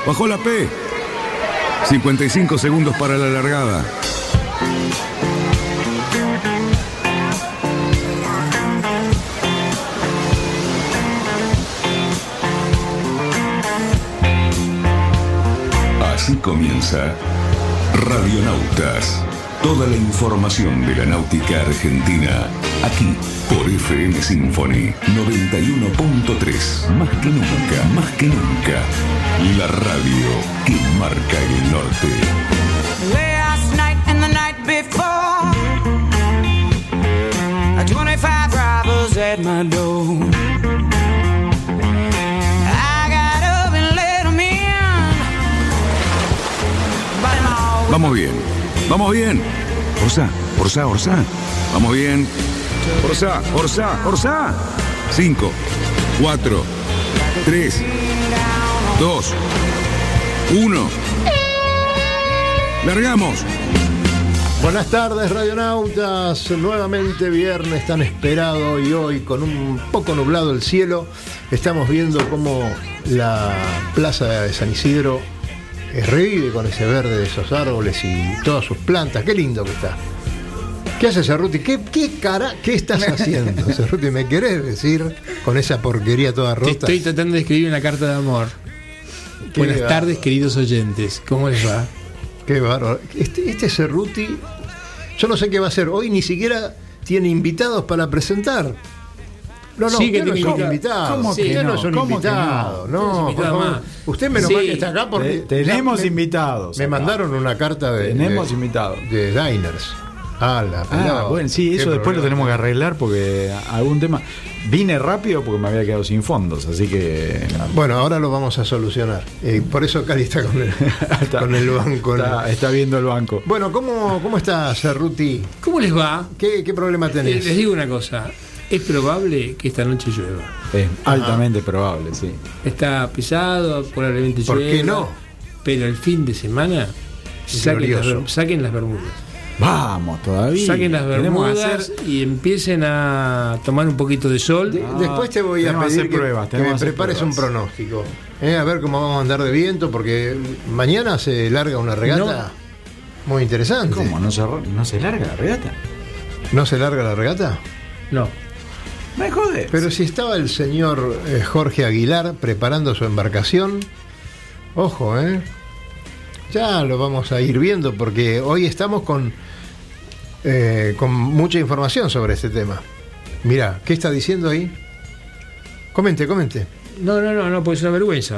Bajó la P. 55 segundos para la largada. Así comienza Radionautas. Toda la información de la náutica argentina, aquí por FM Symphony 91.3. Más que nunca, la radio que marca el norte. Last night and the night before, 25 robbers at my door. I got up and let them in. Vamos bien. Vamos bien. Orsá. Vamos bien. Orsá. 5, 4, 3, 2, 1. ¡Largamos! Buenas tardes, radionautas. Nuevamente viernes tan esperado, y hoy con un poco nublado el cielo, estamos viendo cómo la plaza de San Isidro revive con ese verde de esos árboles y todas sus plantas. Qué lindo que está. ¿Qué haces, Cerruti? ¿Qué estás haciendo, Cerruti? ¿Me querés decir con esa porquería toda rota? Estoy tratando de escribir una carta de amor. Buenas tardes, queridos oyentes. ¿Cómo les va? Qué bárbaro. Este Cerruti, yo no sé qué va a hacer. Hoy ni siquiera tiene invitados para presentar. No, sí, que no son invitados. ¿Cómo que no son invitados? No, por favor. Usted menos mal que está acá porque tenemos invitados. Me mandaron una carta tenemos invitados de Diners. Bueno, sí, eso después lo tenemos que arreglar porque algún tema. Vine rápido porque me había quedado sin fondos, así que. Bueno, ahora lo vamos a solucionar. Por eso Cari está con el banco. Está viendo el banco. Bueno, ¿cómo está, Cerruti? ¿Cómo les va? ¿Qué problema tenés? Les digo una cosa. Es probable que esta noche llueva. Es altamente probable, sí. Está pesado, probablemente llueva. ¿Por qué no? Pero el fin de semana saquen las bermudas. Vamos, todavía. Saquen las bermudas y empiecen a tomar un poquito de sol. Después te voy a pedir que me prepares un pronóstico. A ver cómo vamos a andar de viento, porque mañana se larga una regata muy interesante. ¿Cómo? ¿No se larga la regata? ¿No se larga la regata? No. Me jodes. Pero si estaba el señor Jorge Aguilar preparando su embarcación, ojo, ya lo vamos a ir viendo, porque hoy estamos con mucha información sobre este tema. Mirá, ¿qué está diciendo ahí? Comente. No, pues es una vergüenza.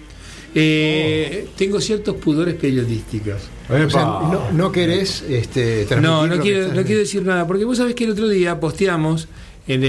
Tengo ciertos pudores periodísticos. O sea, no querés transmitir. No quiero decir nada, porque vos sabés que el otro día posteamos en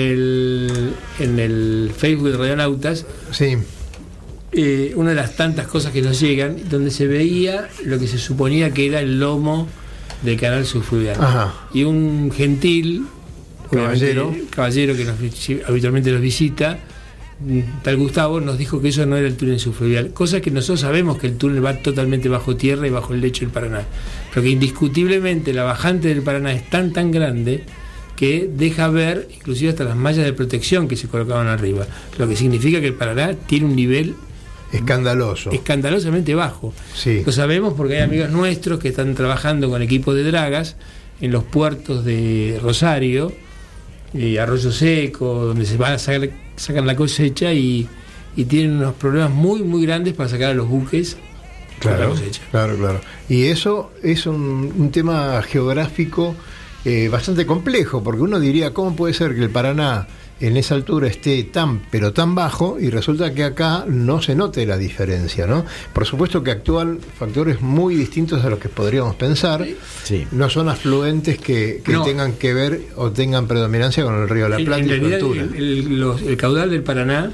el Facebook de Radionautas, sí, una de las tantas cosas que nos llegan, donde se veía lo que se suponía que era el lomo del canal subfluvial. Ajá. Y un gentil caballero que habitualmente nos visita, tal Gustavo, nos dijo que eso no era el túnel subfluvial, cosa que nosotros sabemos que el túnel va totalmente bajo tierra y bajo el lecho del Paraná, pero que indiscutiblemente la bajante del Paraná es tan grande que deja ver inclusive hasta las mallas de protección que se colocaban arriba, lo que significa que el Paraná tiene un nivel escandalosamente bajo. Sí. Lo sabemos porque hay amigos nuestros que están trabajando con equipos de dragas en los puertos de Rosario y Arroyo Seco, donde se van a sacan la cosecha y tienen unos problemas muy grandes para sacar a los buques. Claro. Y eso es un tema geográfico bastante complejo, porque uno diría, ¿cómo puede ser que el Paraná en esa altura esté tan bajo y resulta que acá no se note la diferencia, ¿no? Por supuesto que actúan factores muy distintos a los que podríamos pensar. Sí. No son afluentes que tengan que ver o tengan predominancia con el río de la Plata. En realidad, el caudal del Paraná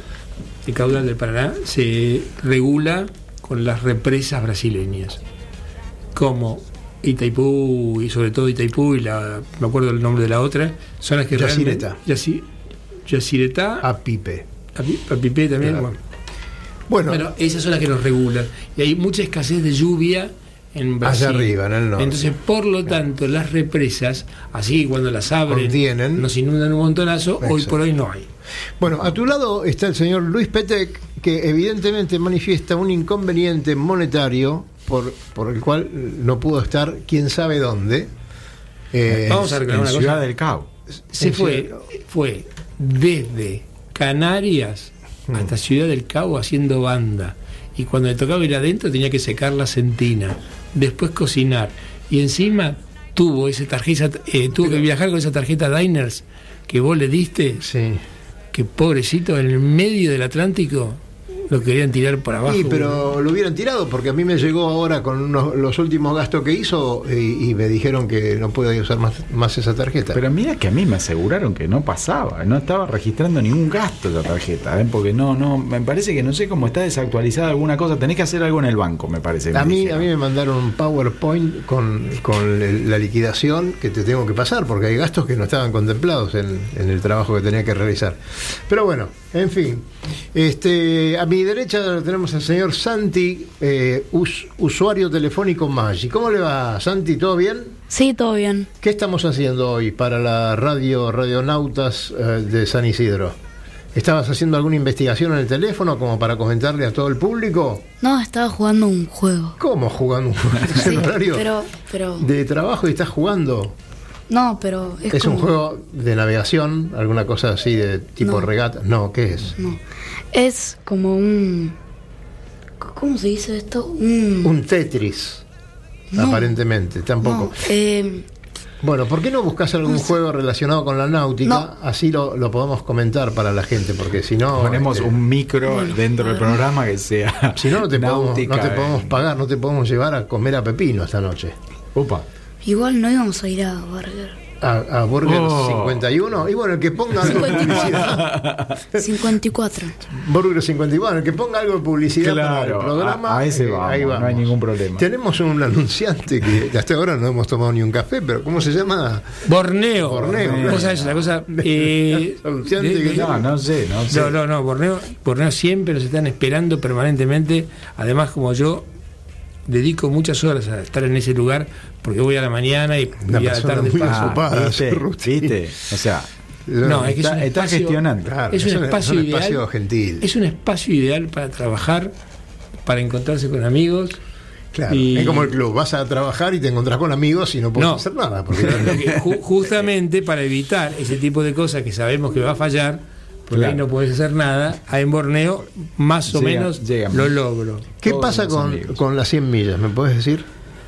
se regula con las represas brasileñas, como Itaipú, y sobre todo Itaipú, y me acuerdo el nombre de la otra, son las que Yacyretá, Apipe también. Claro. Bueno, esas son las que nos regulan, y hay mucha escasez de lluvia en Brasil. Allá arriba, en el norte. Entonces, por lo tanto, las represas, así cuando las abren, contienen, nos inundan un montonazo. Exacto. Hoy por hoy no hay. Bueno, a tu lado está el señor Luis Petec, que evidentemente manifiesta un inconveniente monetario por el cual no pudo estar quién sabe dónde. Vamos a reclamar en una Ciudad cosa. del Cabo. Fue desde Canarias hasta Ciudad del Cabo haciendo banda. Y cuando le tocaba ir adentro tenía que secar la sentina, después cocinar. Y encima tuvo que viajar con esa tarjeta Diners que vos le diste. Sí. Que pobrecito, en el medio del Atlántico lo querían tirar por abajo. Sí, pero lo hubieran tirado porque a mí me llegó ahora con los últimos gastos que hizo y me dijeron que no podía usar más esa tarjeta. Pero mira que a mí me aseguraron que no pasaba, no estaba registrando ningún gasto esa tarjeta, porque no, me parece que no sé cómo está desactualizada alguna cosa, tenés que hacer algo en el banco, me parece. A mí me mandaron un PowerPoint con la liquidación que te tengo que pasar porque hay gastos que no estaban contemplados en el trabajo que tenía que realizar. Pero bueno, en fin, a mi derecha tenemos al señor Santi, usuario telefónico Maggi. ¿Cómo le va, Santi? ¿Todo bien? Sí, todo bien. ¿Qué estamos haciendo hoy para la Radionautas de San Isidro? ¿Estabas haciendo alguna investigación en el teléfono como para comentarle a todo el público? No, estaba jugando un juego. ¿Cómo jugando un juego? ¿Es Sí, el horario pero de trabajo y estás jugando? no, pero ¿Es como, un juego de navegación? ¿Alguna cosa así de tipo No. regata? No, ¿qué es? No, es como un... ¿Cómo se dice esto? Un Tetris, No. aparentemente, tampoco. No, Bueno, ¿por qué no buscas algún juego relacionado con la náutica? No. Así lo podemos comentar para la gente, porque si no... Ponemos un micro Bueno, dentro del programa que sea Si no, no te náutica, podemos pagar, no te podemos llevar a comer a Pepino esta noche. Upa. igual no íbamos a ir a Burger. A Burger Oh. 51. Y bueno, el que ponga algo de publicidad. 54. Burger 51, el que ponga algo de publicidad para el Claro, programa. a ese vamos, ahí no hay ningún problema. Tenemos un anunciante que hasta ahora no hemos tomado ni un café, pero ¿cómo se llama? Borneo. Borneo. Vos sabés, la cosa. Anunciante que No sé. No, Borneo siempre nos están esperando permanentemente. Además, como yo dedico muchas horas a estar en ese lugar, porque voy a la mañana y Una a la persona tarde muy paso. ocupada. ¿Viste? O sea, No, es que es un está espacio- gestionando. Claro, Es un espacio es un espacio ideal. gentil. Es un espacio ideal para trabajar, para encontrarse con amigos. Claro, y- es como el club, vas a trabajar y te encontrás con amigos y no puedes No. hacer nada. Porque Lo que justamente para evitar ese tipo de cosas que sabemos que va a fallar, porque Claro. ahí no puedes hacer nada, en Borneo más o menos llegan. lo logro. ¿Qué Todos pasa los amigos. con las 100 millas? ¿Me puedes decir?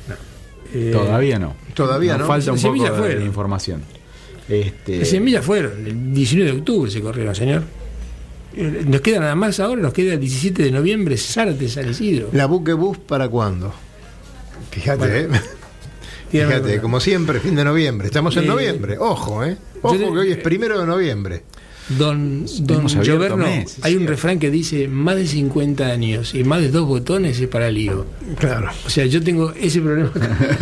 Todavía no. Todavía Nos no. falta un Las 100 poco millas de fueron. información. Las 100 millas fueron, el 19 de octubre se corrieron, señor. Nos queda nada más ahora, nos queda el 17 de noviembre, Zárate, San Isidro. ¿La buquebus para cuándo? Fíjate, Bueno, Dígame, Fíjate, bueno. como siempre, fin de noviembre. Estamos en noviembre. Ojo, Ojo Yo que hoy es 1 de noviembre. Don Hemos abierto Gioverno, meses, hay un sí. refrán que dice más de 50 años y más de 2 botones es para lío. Claro. O sea, yo tengo ese problema.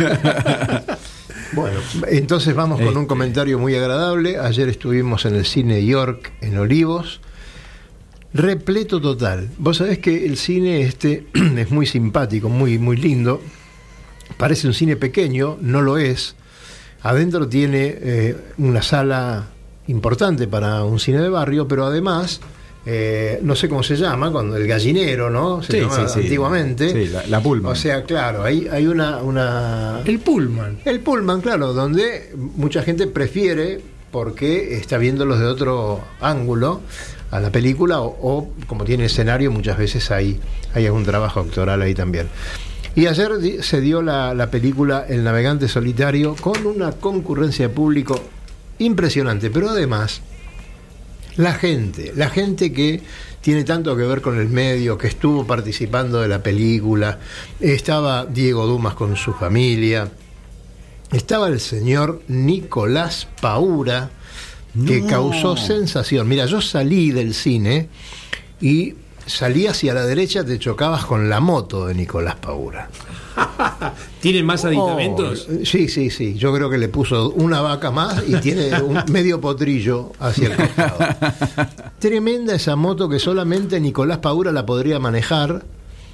Bueno, entonces vamos con un comentario muy agradable. Ayer estuvimos en el cine York en Olivos. Repleto total. Vos sabés que el cine es muy simpático, muy, muy lindo. Parece un cine pequeño, no lo es. Adentro tiene una sala importante para un cine de barrio, pero además, no sé cómo se llama, cuando el gallinero, ¿no? Se llamaba antiguamente. Sí, la Pullman. O sea, claro, hay una... El Pullman. El Pullman, claro, donde mucha gente prefiere porque está viéndolos de otro ángulo a la película o como tiene escenario muchas veces hay algún trabajo actoral ahí también. Y ayer se dio la película El navegante solitario con una concurrencia de público impresionante, pero además la gente que tiene tanto que ver con el medio, que estuvo participando de la película, estaba Diego Dumas con su familia, estaba el señor Nicolás Paura, que causó sensación. Mira, yo salí del cine y salí hacia la derecha, te chocabas con la moto de Nicolás Paura. ¿Tiene más aditamentos? Oh, sí. Yo creo que le puso una vaca más y tiene un medio potrillo hacia el costado. Tremenda esa moto que solamente Nicolás Paura la podría manejar.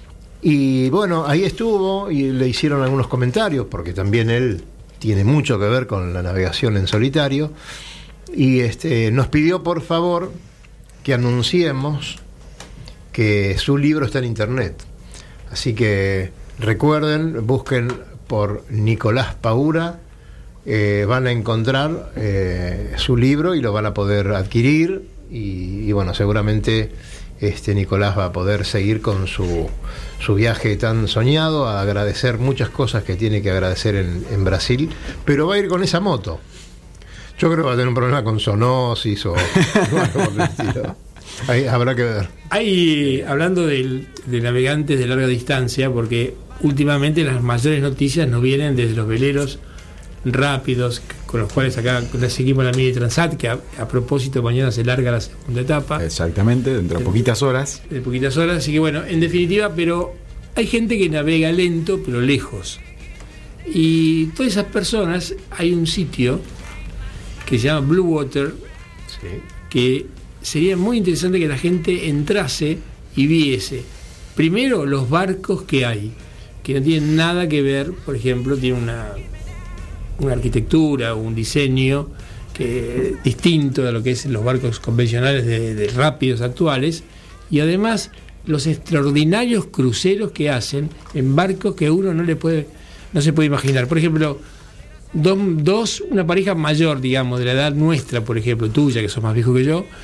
Y bueno, ahí estuvo y le hicieron algunos comentarios, porque también él tiene mucho que ver con la navegación en solitario, y nos pidió por favor que anunciemos que su libro está en internet. Así que recuerden, busquen por Nicolás Paura, van a encontrar su libro y lo van a poder adquirir, y bueno, seguramente Nicolás va a poder seguir con su viaje tan soñado, a agradecer muchas cosas que tiene que agradecer en Brasil, pero va a ir con esa moto. Yo creo que va a tener un problema con zoonosis o algo por el estilo. Ahí habrá que ver. Hablando de navegantes de larga distancia, porque últimamente las mayores noticias nos vienen desde los veleros rápidos, con los cuales acá seguimos la Mini Transat, que a propósito mañana se larga la segunda etapa. Exactamente, dentro de poquitas horas. De poquitas horas, así que bueno, en definitiva, pero hay gente que navega lento, pero lejos. Y todas esas personas, hay un sitio que se llama Blue Water, Sí. que sería muy interesante que la gente entrase y viese primero los barcos que hay, que no tienen nada que ver, por ejemplo, tiene una arquitectura, un diseño que distinto de lo que es los barcos convencionales de rápidos actuales, y además los extraordinarios cruceros que hacen en barcos que uno no se puede imaginar. Por ejemplo, una pareja mayor, digamos, de la edad nuestra, por ejemplo, tuya, que sos más viejo que yo,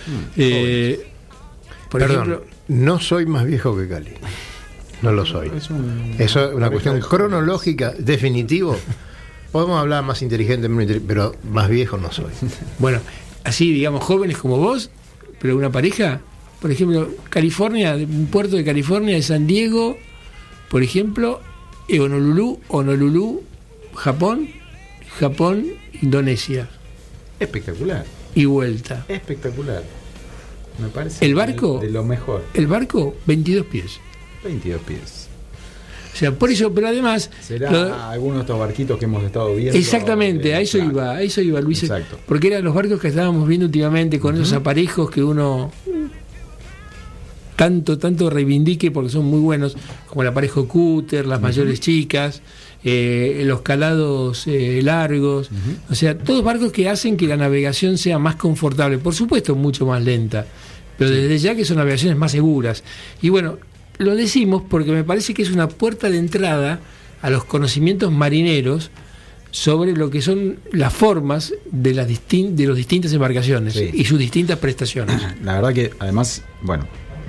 por ejemplo, no soy más viejo que Cali. No lo soy. Eso es una cuestión cronológica, definitivo. Podemos hablar más inteligente, pero más viejo no soy. Bueno, así, digamos, jóvenes como vos, pero una pareja, por ejemplo, California, un puerto de California, de San Diego, por ejemplo, Honolulu, Japón, Indonesia. Espectacular. Y vuelta. Espectacular. Me parece el barco de lo mejor. El barco, 22 pies. 22 pies. O sea, por eso, pero además... ¿Será alguno de estos barquitos que hemos estado viendo? Exactamente, a eso iba, Luis. Exacto. Porque eran los barcos que estábamos viendo últimamente, con esos aparejos que uno tanto reivindique, porque son muy buenos, como el aparejo cúter, las mayores chicas, los calados largos, o sea, todos barcos que hacen que la navegación sea más confortable, por supuesto mucho más lenta, pero desde ya que son navegaciones más seguras. Y bueno, lo decimos porque me parece que es una puerta de entrada a los conocimientos marineros sobre lo que son las formas de las distintas embarcaciones, sí, y sus distintas prestaciones. La verdad que además, bueno,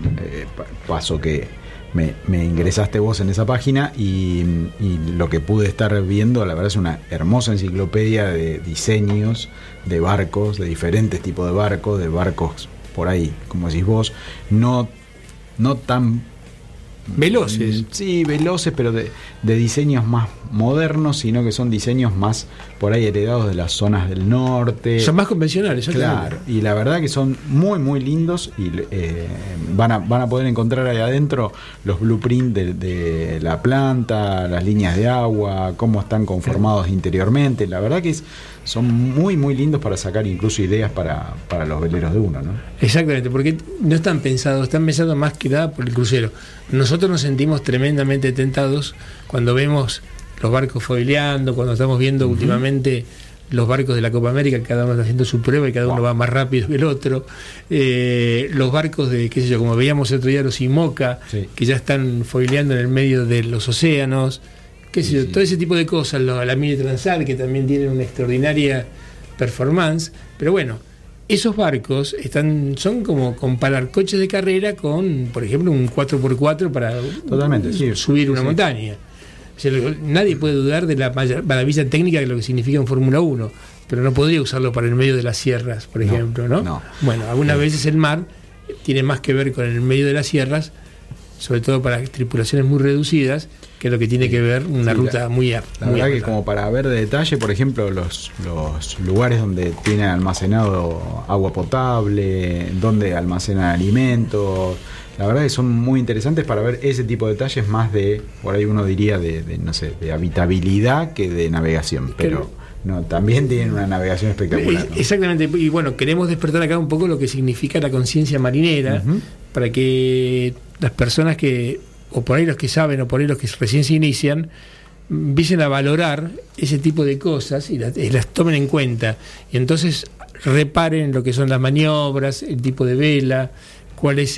pasó que me ingresaste vos en esa página y lo que pude estar viendo, la verdad es una hermosa enciclopedia de diseños de barcos, de diferentes tipos de barcos por ahí, como decís vos, no tan veloces. Sí, veloces, pero de diseños más modernos, sino que son diseños más por ahí heredados de las zonas del norte. Son más convencionales, claro. Y la verdad que son muy, muy lindos y van a poder encontrar ahí adentro los blueprints de la planta, las líneas de agua, cómo están conformados interiormente. La verdad que son muy, muy lindos para sacar incluso ideas para los veleros de uno, ¿no? Exactamente, porque no están pensados más que nada por el crucero. Nosotros nos sentimos tremendamente tentados cuando vemos los barcos foileando, cuando estamos viendo últimamente los barcos de la Copa América, que cada uno está haciendo su prueba y cada uno va más rápido que el otro, los barcos de, qué sé yo, como veíamos el otro día los IMOCA, sí, que ya están foileando en el medio de los océanos, qué sé yo, todo ese tipo de cosas, la Mini Transat, que también tienen una extraordinaria performance, pero bueno, esos barcos son como comparar coches de carrera con, por ejemplo, un 4x4 para subir una montaña. O sea, nadie puede dudar de la maravilla técnica de lo que significa en Fórmula 1, pero no podría usarlo para el medio de las sierras, por ejemplo, ¿no? Bueno, algunas veces el mar tiene más que ver con el medio de las sierras, sobre todo para tripulaciones muy reducidas, que es lo que tiene que ver una ruta muy la verdad que como para ver de detalle, por ejemplo, los lugares donde tienen almacenado agua potable, donde almacenan alimentos, la verdad que son muy interesantes para ver ese tipo de detalles, más de, por ahí uno diría, de habitabilidad que de navegación, pero no, también tienen una navegación espectacular, ¿no? Exactamente, y bueno, queremos despertar acá un poco lo que significa la conciencia marinera, para que las personas que o por ahí los que saben, o por ahí los que recién se inician, empiecen a valorar ese tipo de cosas y las tomen en cuenta. Y entonces reparen lo que son las maniobras, el tipo de vela, cuál es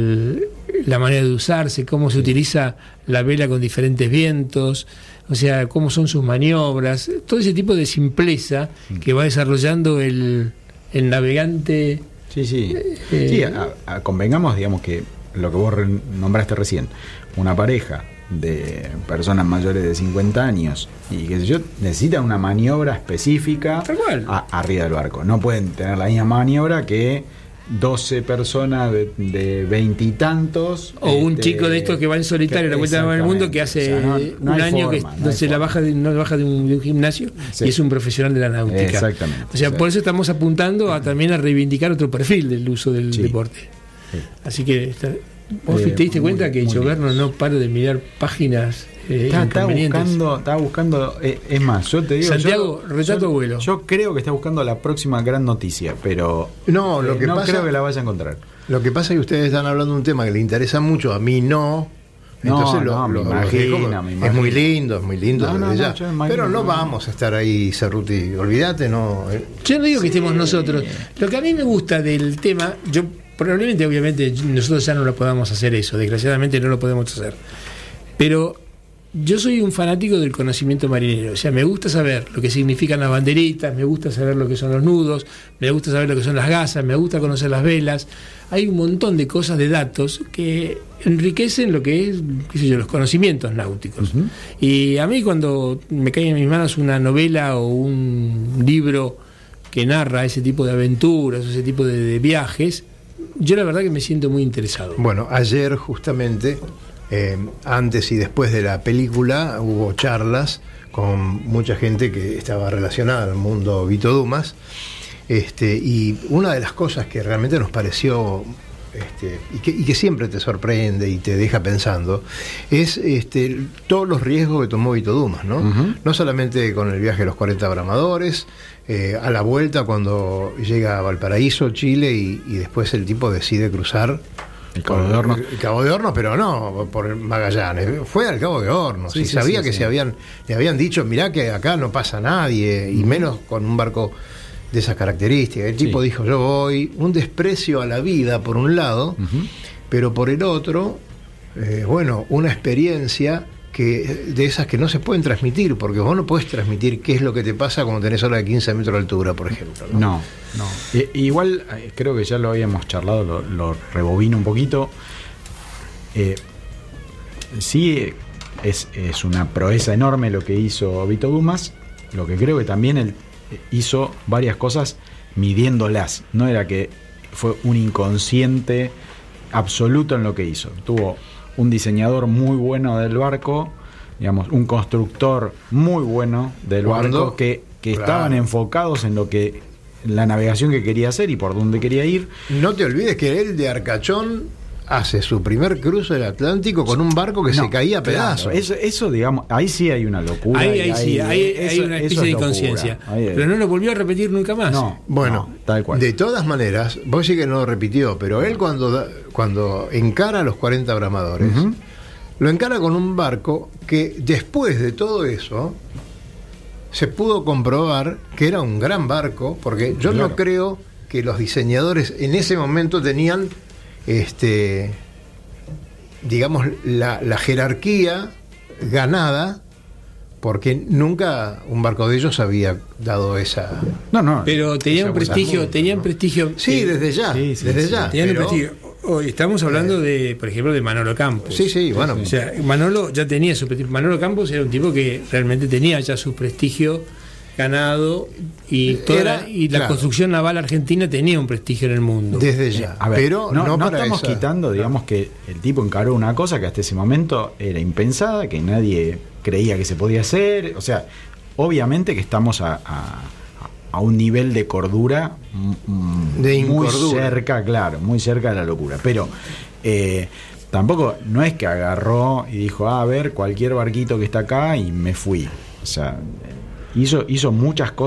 la manera de usarse, cómo se utiliza la vela con diferentes vientos, o sea, cómo son sus maniobras, todo ese tipo de simpleza que va desarrollando el navegante. Sí, convengamos, digamos, que lo que vos nombraste recién, una pareja de personas mayores de 50 años y qué sé yo, necesitan una maniobra específica arriba del barco. No pueden tener la misma maniobra que 12 personas de 20 y tantos. O un chico de estos que va en solitario a la vuelta del mundo, que hace un año que no baja de un gimnasio, y es un profesional de la náutica. Exactamente. O sea, por eso estamos apuntando también a reivindicar otro perfil del uso del deporte. Sí. Así que vos te diste cuenta que Gioverno no para de mirar páginas Estaba buscando, es más, yo te digo, Santiago, retrato abuelo. Yo creo que está buscando la próxima gran noticia, pero no creo que la vaya a encontrar. Lo que pasa es que ustedes están hablando de un tema que le interesa mucho, a mí no. Entonces me imagino. Es muy lindo ya. Pero no vamos a estar ahí, Cerruti, olvídate, no. Yo no digo que estemos nosotros. Lo que a mí me gusta del tema, probablemente, obviamente, nosotros ya no lo podamos hacer eso, desgraciadamente no lo podemos hacer. Pero yo soy un fanático del conocimiento marinero, o sea, me gusta saber lo que significan las banderitas, me gusta saber lo que son los nudos, me gusta saber lo que son las gasas, me gusta conocer las velas. Hay un montón de cosas, de datos que enriquecen lo que es, los conocimientos náuticos. Uh-huh. Y a mí, cuando me cae en mis manos una novela o un libro que narra ese tipo de aventuras, ese tipo de viajes, yo la verdad que me siento muy interesado. Bueno, ayer justamente, antes y después de la película, hubo charlas con mucha gente que estaba relacionada al mundo Vito Dumas, y una de las cosas que realmente nos pareció y que siempre te sorprende y te deja pensando es todos los riesgos que tomó Vito Dumas, ¿no? Uh-huh. No solamente con el viaje de los 40 bramadores, a la vuelta cuando llega a Valparaíso, Chile, y después el tipo decide cruzar el Cabo de Hornos. El Cabo de Hornos, pero no por Magallanes, fue al Cabo de Hornos. Sí, y sabía que le habían dicho, mirá que acá no pasa nadie, y menos con un barco de esas características. El tipo dijo, yo voy, un desprecio a la vida por un lado, uh-huh, pero por el otro, una experiencia de esas que no se pueden transmitir, porque vos no podés transmitir qué es lo que te pasa cuando tenés ola de 15 metros de altura, por ejemplo. No. Igual, creo que ya lo habíamos charlado, lo rebobino un poquito. Sí, es una proeza enorme lo que hizo Vito Dumas. Lo que creo que también él hizo varias cosas midiéndolas. No era que fue un inconsciente absoluto en lo que hizo. Tuvo un diseñador muy bueno del barco, digamos, un constructor muy bueno del barco que estaban enfocados en la navegación que quería hacer y por dónde quería ir. No te olvides que él de Arcachón hace su primer cruce del Atlántico con un barco que se caía a pedazos. Eso, digamos, ahí sí hay una locura. Hay una especie de inconsciencia. Pero no lo volvió a repetir nunca más. Tal cual. De todas maneras, vos sí que no lo repitió, pero él cuando encara a los 40 bramadores, uh-huh, lo encara con un barco que después de todo eso se pudo comprobar que era un gran barco, porque yo no creo que los diseñadores en ese momento tenían digamos la jerarquía ganada, porque nunca un barco de ellos había dado esa. Pero tenían prestigio. Sí, desde ya. Tenían un prestigio. Hoy estamos hablando por ejemplo, de Manolo Campos. Sí, bueno. O sea, Manolo ya tenía su prestigio. Manolo Campos era un tipo que realmente tenía ya su prestigio ganado, y la construcción naval argentina tenía un prestigio en el mundo. Desde ya. Pero no estamos quitando, digamos, que el tipo encaró una cosa que hasta ese momento era impensada, que nadie creía que se podía hacer. O sea, obviamente que estamos a un nivel de cordura muy cerca de la locura. Pero tampoco no es que agarró y dijo, a ver, cualquier barquito que está acá y me fui. O sea, hizo muchas cosas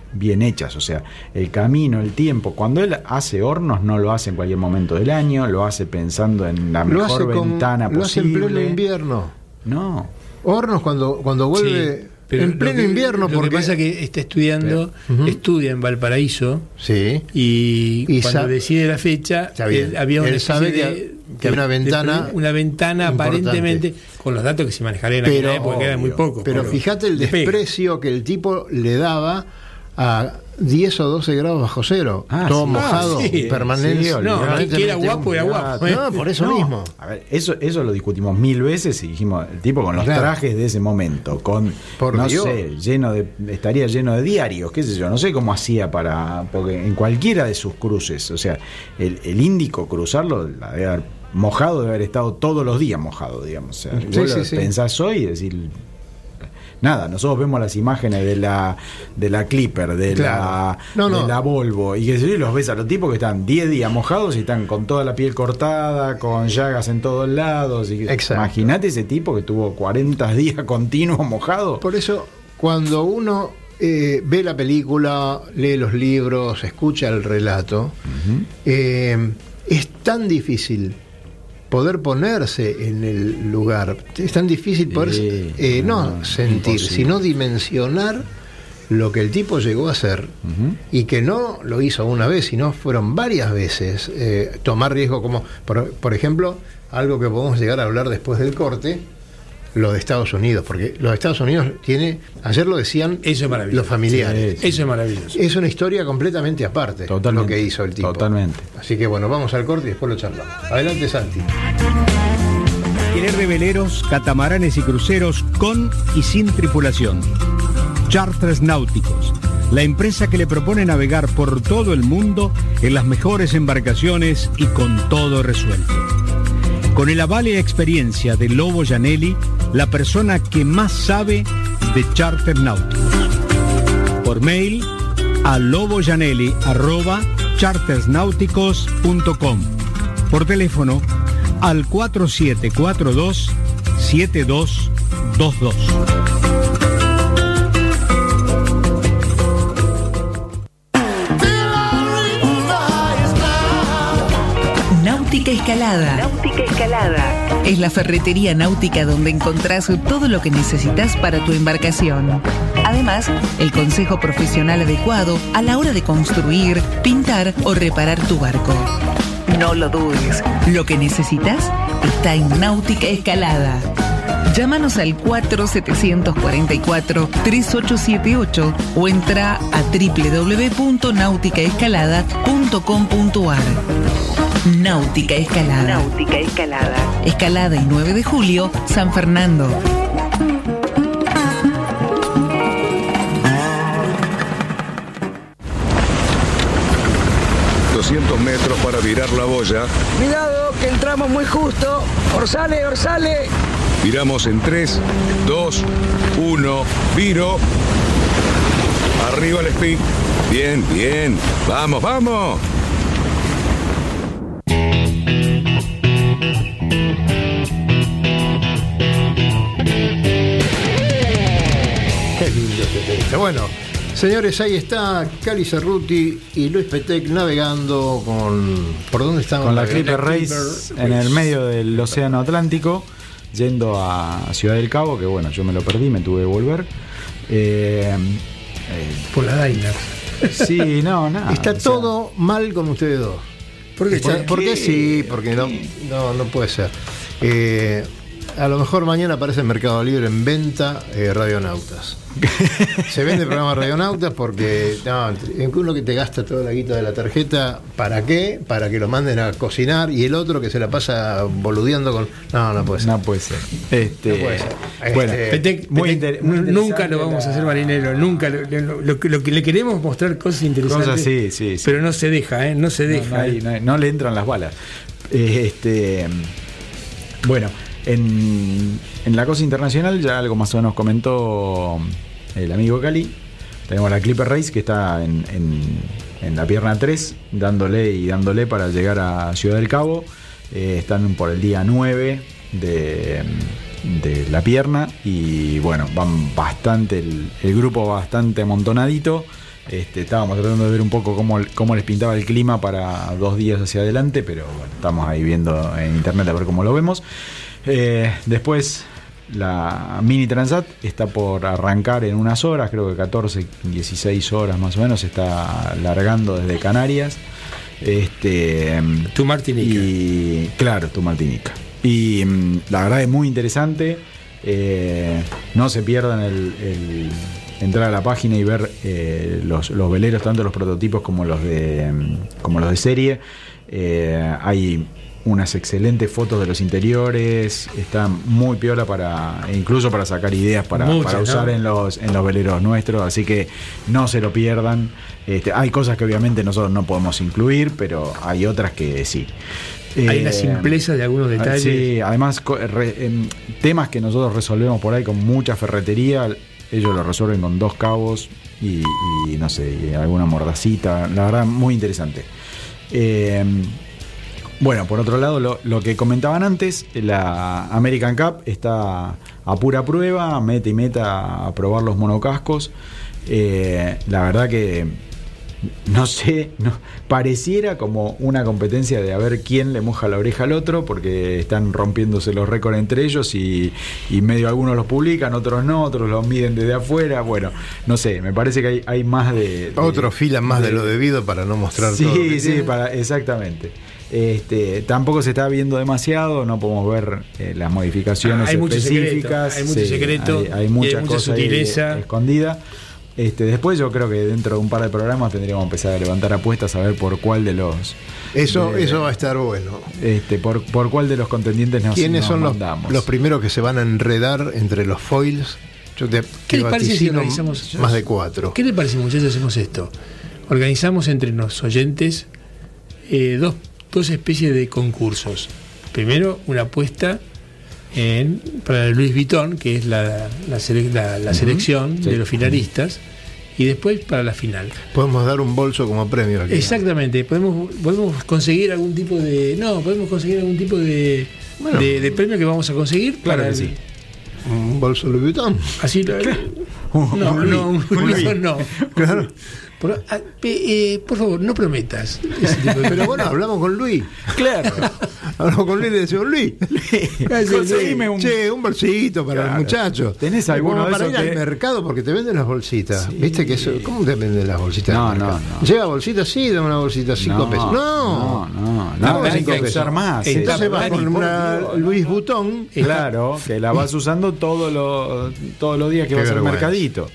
bien hechas. O sea, el camino, el tiempo. Cuando él hace hornos, no lo hace en cualquier momento del año, lo hace pensando en la mejor ventana posible. Lo hace en pleno invierno. No. Hornos cuando vuelve... Sí. Pero en pleno invierno, porque pasa es que está estudiando, estudia en Valparaíso, sí, y cuando decide la fecha, había una sabe que una ventana aparentemente, con los datos que se manejarían en aquella época, que eran muy pocos. Pero fíjate el desprecio que el tipo le daba a 10 o 12 grados bajo cero, todo mojado, permanente. Sí, que era guapo, era guapo. No, por eso mismo. A ver, eso lo discutimos 1000 veces y dijimos, el tipo con los trajes de ese momento, con, estaría lleno de diarios, qué sé yo, no sé cómo hacía porque en cualquiera de sus cruces, o sea, el Índico cruzarlo, la debe haber mojado, debe haber estado todos los días mojado, digamos. O sea, pensás hoy y decir... Nada, nosotros vemos las imágenes de la Clipper, de la Volvo, y que los ves a los tipos que están 10 días mojados y están con toda la piel cortada, con llagas en todos lados. Imagínate ese tipo que tuvo 40 días continuos mojados. Por eso, cuando uno ve la película, lee los libros, escucha el relato, es tan difícil poder ponerse en el lugar, es tan difícil poder no sentir, imposible, sino dimensionar lo que el tipo llegó a hacer, y que no lo hizo una vez, sino fueron varias veces, tomar riesgo, como por ejemplo, algo que podemos llegar a hablar después del corte, lo de Estados Unidos, porque los Estados Unidos ayer lo decían los familiares. Eso es maravilloso. Es una historia completamente aparte, lo que hizo el tipo. Totalmente. Así que bueno, vamos al corte y después lo charlamos. Adelante, Santi. Alquiler de veleros, catamaranes y cruceros con y sin tripulación. Charters Náuticos, la empresa que le propone navegar por todo el mundo en las mejores embarcaciones y con todo resuelto. Con el aval y la experiencia de Lobo Gianelli, la persona que más sabe de charter náuticos. Por mail a lobogianelli@chartersnáuticos.com. Por teléfono al 4742-7222. Náutica Escalada. Es la ferretería náutica donde encontrás todo lo que necesitas para tu embarcación. Además, el consejo profesional adecuado a la hora de construir, pintar o reparar tu barco. No lo dudes, lo que necesitas está en Náutica Escalada. Llámanos al 4744-3878 o entra a www.nauticaescalada.com.ar. Náutica Escalada. Escalada y 9 de julio, San Fernando. metros para virar la boya. Cuidado, que entramos muy justo. Orsale. Viramos en 3, 2, 1, viro. Arriba el speed. Bien. Vamos. Qué lindo este texto. Bueno, señores, ahí está Cali Cerruti y Luis Petec navegando ¿por dónde están? Con la Clipper Race en el medio del Océano Atlántico, yendo a Ciudad del Cabo, que bueno, yo me lo perdí, me tuve que volver. Por la Daimler. Sí, nada. Está todo mal con ustedes dos. ¿Por qué? Porque no puede ser. A lo mejor mañana aparece en Mercado Libre en venta Radionautas. Se vende el programa Radionautas porque uno que te gasta toda la guita de la tarjeta, ¿para qué? Para que lo manden a cocinar, y el otro que se la pasa boludeando con... No puede ser. No puede ser. No puede ser. Bueno, nunca lo vamos a hacer marinero, nunca. Lo que le queremos mostrar cosas interesantes. Cosas sí. Pero no se deja, no se deja. No le entran las balas. Bueno, en la cosa internacional ya algo más o menos comentó el amigo Cali. Tenemos la Clipper Race que está en la pierna 3, dándole para llegar a Ciudad del Cabo. Están por el día 9 de la pierna, y bueno, van bastante, el grupo bastante amontonadito. Estábamos tratando de ver un poco cómo les pintaba el clima para 2 días hacia adelante, pero bueno, estamos ahí viendo en internet a ver cómo lo vemos. Después la Mini Transat está por arrancar en unas horas, creo que 14, 16 horas más o menos, está largando desde Canarias. Tu Martinica. Y claro, tu Martinica. Y la verdad es muy interesante. No se pierdan el entrar a la página y ver los veleros, tanto los prototipos como los de serie. Hay unas excelentes fotos de los interiores, está muy piola incluso para sacar ideas para usar, ¿no?, en los veleros nuestros, así que no se lo pierdan. Hay cosas que obviamente nosotros no podemos incluir, pero hay otras que sí. Hay una simpleza de algunos detalles. Sí, además temas que nosotros resolvemos por ahí con mucha ferretería, ellos lo resuelven con 2 cabos y no sé, y alguna mordacita, la verdad muy interesante. Bueno, por otro lado, lo que comentaban antes, la American Cup está a pura prueba, meta a probar los monocascos. La verdad que no sé, pareciera como una competencia de a ver quién le moja la oreja al otro, porque están rompiéndose los récords entre ellos y medio algunos los publican, otros no, otros los miden desde afuera. Bueno, no sé, me parece que hay más de otros filan más de lo debido para no mostrar todo. Sí, exactamente. Tampoco se está viendo demasiado, no podemos ver las modificaciones específicas. Hay mucho secreto, hay muchas cosas escondidas. Después yo creo que dentro de un par de programas tendríamos que empezar a levantar apuestas a ver por cuál de los... Eso va a estar bueno. Por cuál de los contendientes ¿Quiénes son los primeros que se van a enredar entre los foils? ¿Qué les parece si organizamos más de 4? ¿Qué les parece, muchachos, hacemos esto? Organizamos entre los oyentes dos especies de concursos. Primero, una apuesta para el Louis Vuitton, que es la selección de los finalistas, y después para la final. Podemos dar un bolso como premio aquí. Exactamente, podemos conseguir algún tipo de premio que vamos a conseguir. Claro que sí. Un bolso Louis Vuitton. Así un Louis Vuitton no. Claro. Por favor, no prometas. Pero bueno, hablamos con Luis. Claro. Hablamos con Luis y le decimos, Luis, conseguime un bolsito para el muchacho. ¿Tenés alguno de para esos ir al mercado? Porque te venden las bolsitas. Sí. ¿Viste que eso? ¿Cómo te venden las bolsitas? No. ¿Lleva bolsitas? Sí, dame una bolsita 5 pesos. No, hay que usar más. Entonces vas con una Louis Vuitton. Claro, que la vas usando todos los días que vas al mercadito.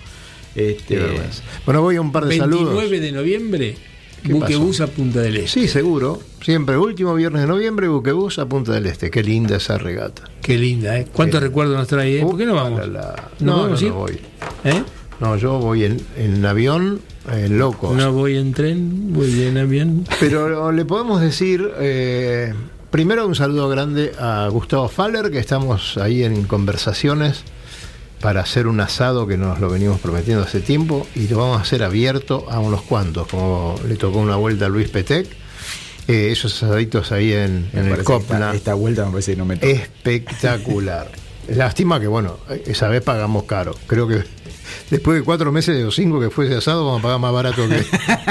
Bueno, voy a un par de 29 saludos. 29 de noviembre, Buquebus a Punta del Este. Sí, seguro. Siempre, último viernes de noviembre, Buquebus a Punta del Este. Qué linda esa regata. Qué linda, ¿eh? ¿Cuántos recuerdos nos trae? ¿Por qué no vamos? No voy. No, yo voy en avión, loco. No voy en tren, voy en avión. Pero le podemos decir, primero un saludo grande a Gustavo Faller, que estamos ahí en conversaciones para hacer un asado que nos lo venimos prometiendo hace tiempo, y lo vamos a hacer abierto a unos cuantos, como le tocó una vuelta a Luis Petec. Esos asaditos ahí en el Copla. Esta vuelta me parece que no me toca. Espectacular. Lástima que, bueno, esa vez pagamos caro. Creo que después de 4 meses o 5 que fue ese asado, vamos a pagar más barato que...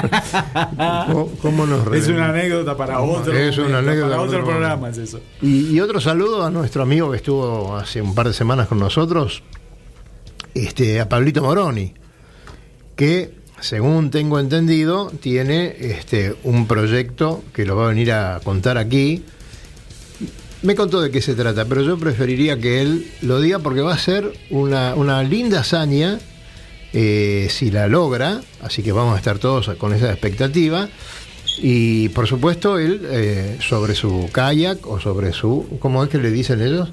¿Cómo nos es una anécdota para otro programa, es eso. Y otro saludo a nuestro amigo que estuvo hace un par de semanas con nosotros, a Pablito Moroni, que según tengo entendido tiene un proyecto que lo va a venir a contar aquí. Me contó de qué se trata, pero yo preferiría que él lo diga, porque va a ser una linda hazaña si la logra, así que vamos a estar todos con esa expectativa. Y por supuesto él sobre su kayak, o sobre su, ¿cómo es que le dicen ellos?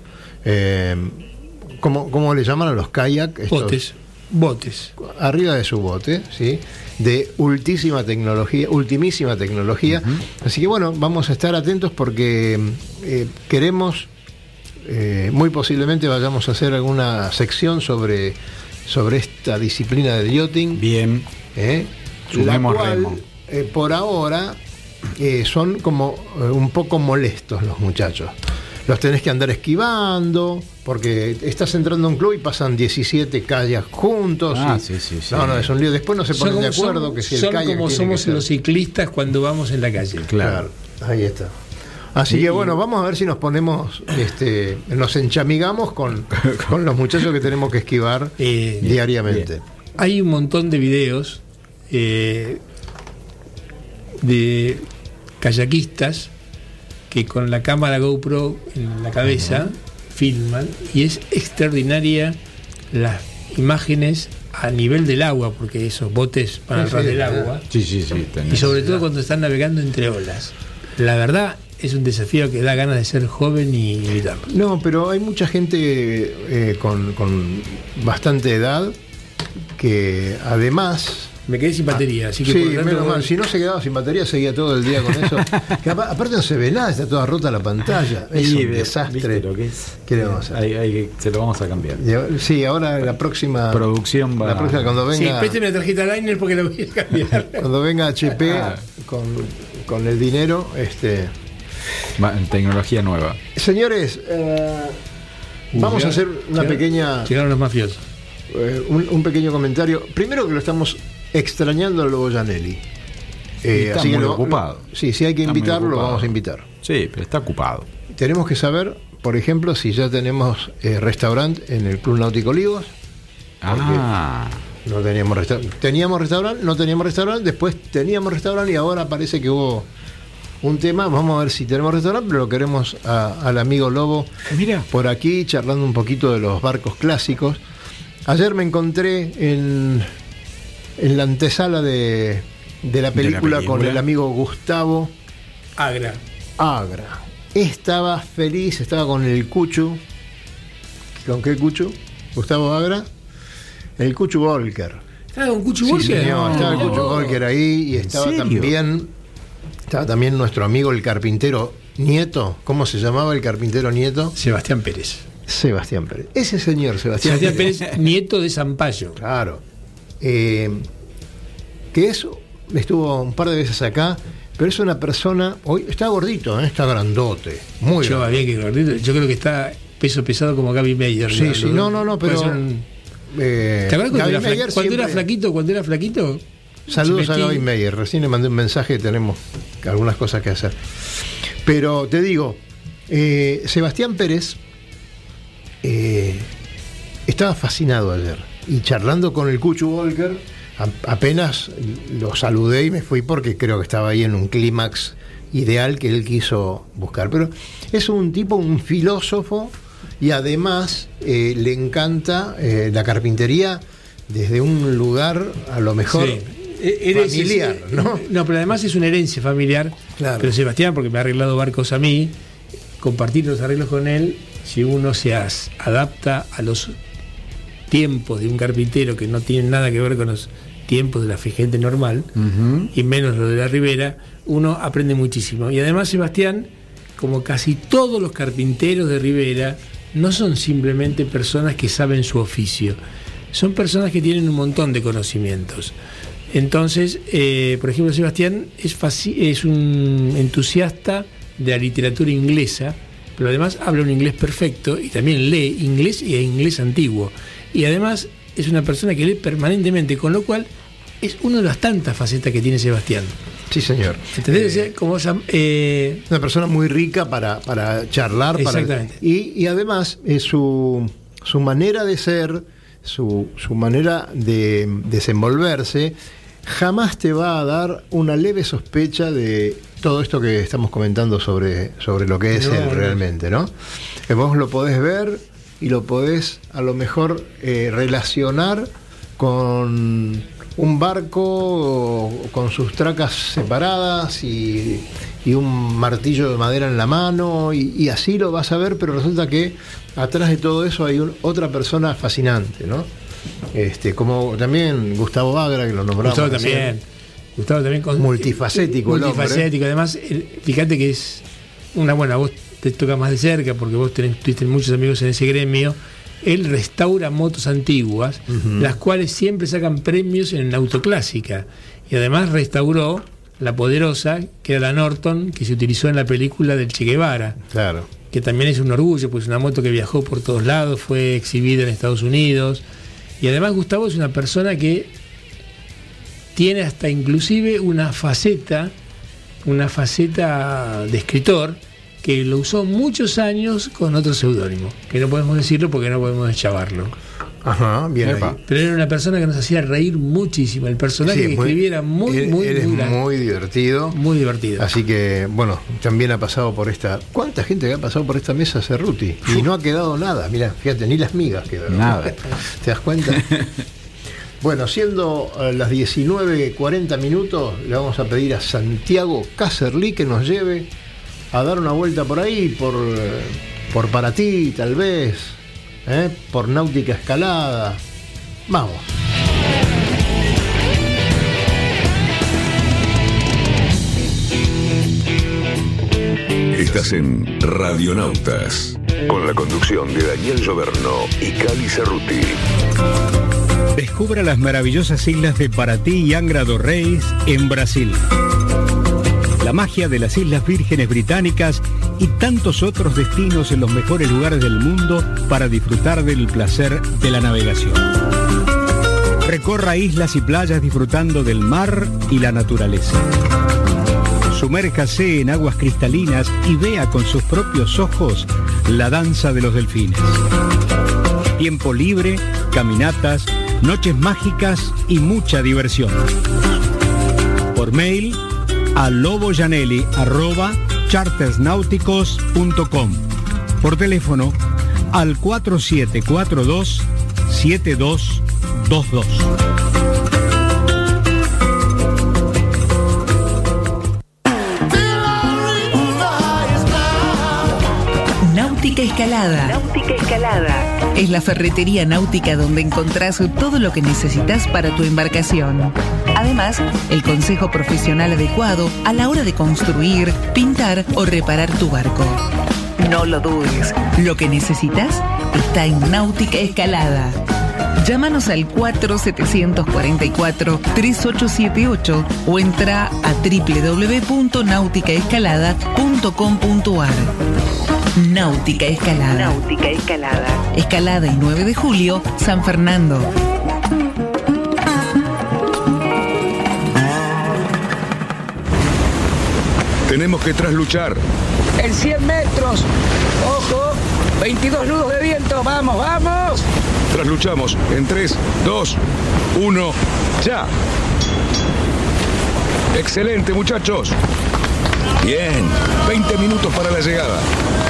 ¿Cómo le llaman a los kayak? Botes. Arriba de su bote, ¿sí? De ultimísima tecnología. Uh-huh. Así que bueno, vamos a estar atentos, porque queremos, muy posiblemente vayamos a hacer alguna sección sobre esta disciplina del yachting. Bien. Sumemos la cual, remo. Por ahora son como un poco molestos los muchachos. los tenés que andar esquivando, porque estás entrando a un club y pasan 17 kayaks juntos. Sí. No, es un lío. Después no se ponen de acuerdo que si el kayak como somos los ciclistas cuando vamos en la calle. Claro, ahí está. Así que bueno, vamos a ver si nos ponemos, nos enchamigamos con los muchachos que tenemos que esquivar diariamente. Bien. Hay un montón de videos de kayakistas que con la cámara GoPro en la cabeza filman, y es extraordinaria las imágenes a nivel del agua, porque esos botes van al ras del agua. Sí. Y sobre todo cuando están navegando entre olas. La verdad es un desafío que da ganas de ser joven y evitarlo. No, pero hay mucha gente con bastante edad que además... Me quedé sin batería, así que sí, por lo tanto, menos mal. Si no se quedaba sin batería, seguía todo el día con eso. Que aparte no se ve nada, está toda rota la pantalla. Es un desastre. Lo que es? ¿Qué le vamos a hacer? Se lo vamos a cambiar. Sí, ahora la próxima producción va. La próxima, cuando venga. Sí, présteme la tarjeta Liner porque la voy a cambiar. Cuando venga HP con el dinero, tecnología nueva. Señores, vamos a hacer una pequeña. Llegaron los mafiosos. Un pequeño comentario. Primero que lo estamos extrañando a Lobo Gianelli. Está así muy que ocupado. Sí, si hay que invitarlo, lo vamos a invitar. Sí, pero está ocupado. Tenemos que saber, por ejemplo, si ya tenemos restaurante en el Club Náutico Olivos. No teníamos restaurante. Teníamos restaurante, no teníamos restaurante, después teníamos restaurante y ahora parece que hubo un tema. Vamos a ver si tenemos restaurante, pero lo queremos al amigo Lobo por aquí, charlando un poquito de los barcos clásicos. Ayer me encontré en la antesala de la película con el amigo Gustavo Agra. Estaba feliz, estaba con el Cuchu. ¿Con qué Cuchu? Gustavo Agra. El Cuchu Volker. ¿Estaba con Cuchu Volker? Sí, señor, estaba el Cuchu Volker ahí y estaba también nuestro amigo el carpintero Nieto. ¿Cómo se llamaba el carpintero Nieto? Sebastián Pérez. Ese señor Sebastián Pérez, nieto de Zampayo. Claro. Que estuvo un par de veces acá, pero es una persona, hoy está gordito, está grandote, muy yo va bien que gordito. Yo creo que está peso pesado como Gaby Meyer. Sí, no, pero ¿te acuerdas cuando era flaquito? Saludos a Gaby Meyer, recién le mandé un mensaje, tenemos algunas cosas que hacer. Pero te digo, Sebastián Pérez estaba fascinado ayer, y charlando con el Cuchu Volker, apenas lo saludé y me fui porque creo que estaba ahí en un clímax ideal que él quiso buscar. Pero es un tipo, un filósofo, y además le encanta la carpintería desde un lugar a lo mejor familiar, ¿no? No, pero además es una herencia familiar. Claro. Pero Sebastián, porque me ha arreglado barcos a mí, compartir los arreglos con él, si uno se adapta a los tiempos de un carpintero que no tienen nada que ver con los tiempos de la gente normal, y menos lo de la Ribera, uno aprende muchísimo. Y además Sebastián, como casi todos los carpinteros de Ribera, no son simplemente personas que saben su oficio, son personas que tienen un montón de conocimientos. Entonces, por ejemplo, Sebastián es un entusiasta de la literatura inglesa, pero además habla un inglés perfecto y también lee inglés y inglés antiguo. Y además es una persona que lee permanentemente, con lo cual es una de las tantas facetas que tiene Sebastián. Sí, señor. ¿Entendés? Una persona muy rica para charlar. Exactamente. Y además su manera de ser, su manera de desenvolverse, jamás te va a dar una leve sospecha de todo esto que estamos comentando sobre lo que es él realmente, ¿no? Vos lo podés ver y lo podés a lo mejor relacionar con un barco con sus tracas separadas y un martillo de madera en la mano, y así lo vas a ver, pero resulta que atrás de todo eso hay otra persona fascinante, ¿no? Como también Gustavo Agra, que lo nombramos. Gustavo también multifacético. Multifacético, además, fíjate que es una buena, vos te toca más de cerca porque vos tuviste muchos amigos en ese gremio. Él restaura motos antiguas, las cuales siempre sacan premios en Autoclásica, y además restauró la poderosa, que era la Norton, que se utilizó en la película del Che Guevara. Claro. que también es un orgullo, pues una moto que viajó por todos lados, fue exhibida en Estados Unidos, y además Gustavo es una persona que tiene hasta inclusive una faceta de escritor, que lo usó muchos años con otro seudónimo, que no podemos decirlo porque no podemos deschavarlo. Ajá, bien ahí. Pero era una persona que nos hacía reír muchísimo. El personaje que escribiera muy divertido. Muy divertido. Así que, bueno, también ha pasado por esta... ¿Cuánta gente que ha pasado por esta mesa, Cerruti? Y no ha quedado nada. Mira, fíjate, ni las migas quedaron. Nada. ¿Te das cuenta? Bueno, siendo las 19:40 minutos, le vamos a pedir a Santiago Caserlí que nos lleve a dar una vuelta por ahí, por Paraty, tal vez, por Náutica Escalada. Vamos. Estás en Radionautas, con la conducción de Daniel Gioverno y Cali Cerruti. Descubra las maravillosas islas de Paraty y Angra dos Reis en Brasil. La magia de las Islas Vírgenes Británicas y tantos otros destinos en los mejores lugares del mundo para disfrutar del placer de la navegación. Recorra islas y playas disfrutando del mar y la naturaleza. Sumérjase en aguas cristalinas y vea con sus propios ojos la danza de los delfines. Tiempo libre, caminatas, noches mágicas y mucha diversión. Por mail a loboyanelli@chartersnauticos.com. Por teléfono al 4742-7222. Náutica Escalada. Náutica Escalada. Es la ferretería náutica donde encontrás todo lo que necesitas para tu embarcación. Además, el consejo profesional adecuado a la hora de construir, pintar o reparar tu barco. No lo dudes, lo que necesitas está en Náutica Escalada. Llámanos al 4744-3878 o entra a www.nauticaescalada.com.ar. Náutica Escalada. Náutica Escalada. Escalada y 9 de julio, San Fernando. Tenemos que trasluchar. En 100 metros. Ojo. 22 nudos de viento. Vamos, vamos. Trasluchamos en 3, 2, 1, ya. Excelente, muchachos. Bien, 20 minutos para la llegada.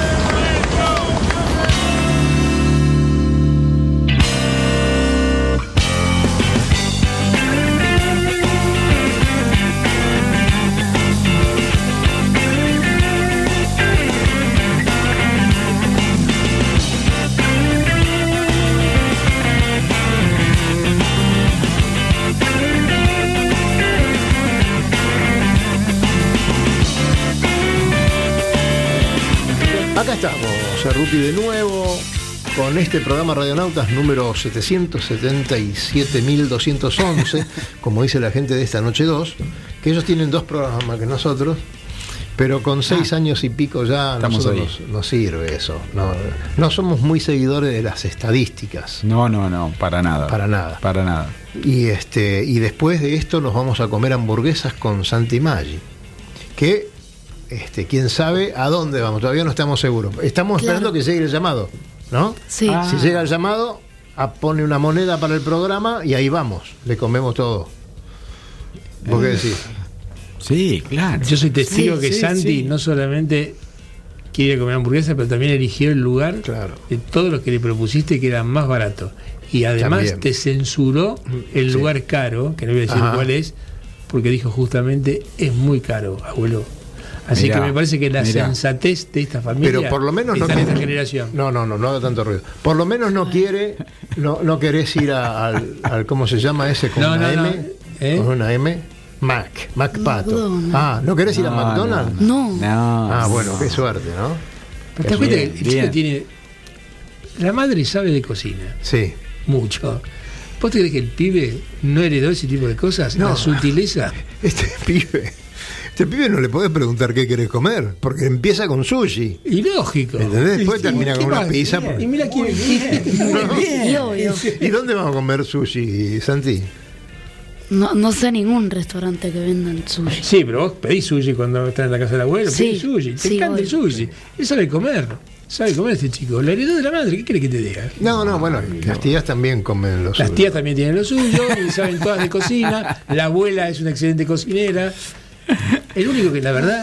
Acá estamos, Cerruti, de nuevo con este programa Radionautas número 777.211, como dice la gente de Esta Noche 2, que ellos tienen 2 programas más que nosotros, pero con 6 años y pico ya nosotros nos sirve eso. No somos muy seguidores de las estadísticas. No, para nada. Para nada. Para nada. Y después de esto nos vamos a comer hamburguesas con Santi Maggi, que quién sabe a dónde vamos, todavía no estamos seguros. Estamos esperando que llegue el llamado, ¿no? Sí. Si llega el llamado, pone una moneda para el programa y ahí vamos, le comemos todo. ¿Vos qué decís? Sí, claro. Yo soy testigo que Santi no solamente quiere comer hamburguesa, pero también eligió el lugar de todos los que le propusiste que era más barato. Y además también te censuró el lugar caro, que no voy a decir cuál es, porque dijo justamente es muy caro, abuelo. Así que me parece que la sensatez de esta familia, pero por lo menos está en esta generación. No haga tanto ruido. Por lo menos no querés ir al ¿cómo se llama ese? Con una M. Con una M. Mac Pato. ¿No querés ir a McDonald's? No. Bueno, qué suerte, ¿no? Pero te das cuenta que el chico tiene... La madre sabe de cocina. Sí. Mucho. ¿Vos te crees que el pibe no heredó ese tipo de cosas? No. La sutileza. Este pibe Este pibe no le podés preguntar qué querés comer, porque empieza con sushi. Y lógico. ¿Entendés? Después termina con una pizza. Y mira quién. ¿Y dónde vamos a comer sushi, Santi? No sé ningún restaurante que vendan sushi. Sí, pero vos pedís sushi cuando estás en la casa del abuelo, Sí, pedís sushi, te encanta el sushi. Él sabe comer este chico. La heredó de la madre, ¿qué quiere que te diga? No, bueno, las tías también comen los Las tías también tienen lo suyo y saben todas de cocina. La abuela es una excelente cocinera. El único que, la verdad,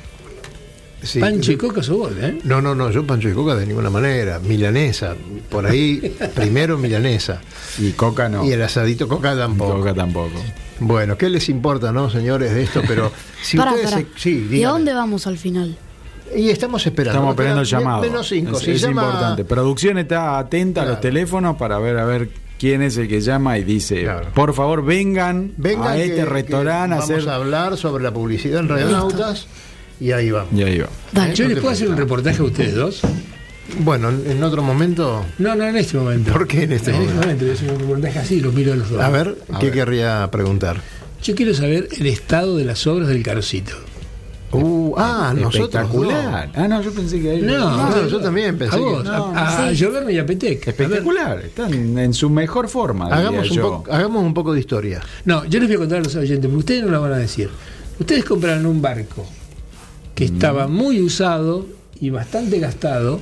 Sí. Pancho y coca sos vos, ¿eh? No, yo pancho y coca de ninguna manera. Milanesa, por ahí, primero milanesa. Y coca no. Y el asadito coca tampoco. Coca tampoco. Bueno, ¿qué les importa, no, señores, de esto? Pero si Pará. sí, ¿Y dígame. a dónde vamos al final? Y estamos esperando. Estamos esperando el llamado. Menos 5. Es importante. Producción está atenta a los teléfonos para ver quién es el que llama y dice, por favor, vengan a este restaurante a hacer... Vamos a hablar sobre la publicidad en Radionautas. Y ahí va. Dale. ¿Yo les puedo hacer un reportaje a ustedes dos? Bueno, en otro momento. No, en este momento. ¿Por qué en este momento? En este momento, es un reportaje así, los miro a los dos. A ver, ¿qué querría preguntar? Yo quiero saber el estado de las obras del Carocito. Nosotros. Espectacular. No, yo pensé que a ellos. No, yo también pensé a vos, que. a Gioverno y a Petec. Espectacular. Están en su mejor forma. Hagamos un poco de historia. No, yo les voy a contar a los oyentes, porque ustedes no lo van a decir. Ustedes compraron un barco que estaba muy usado y bastante gastado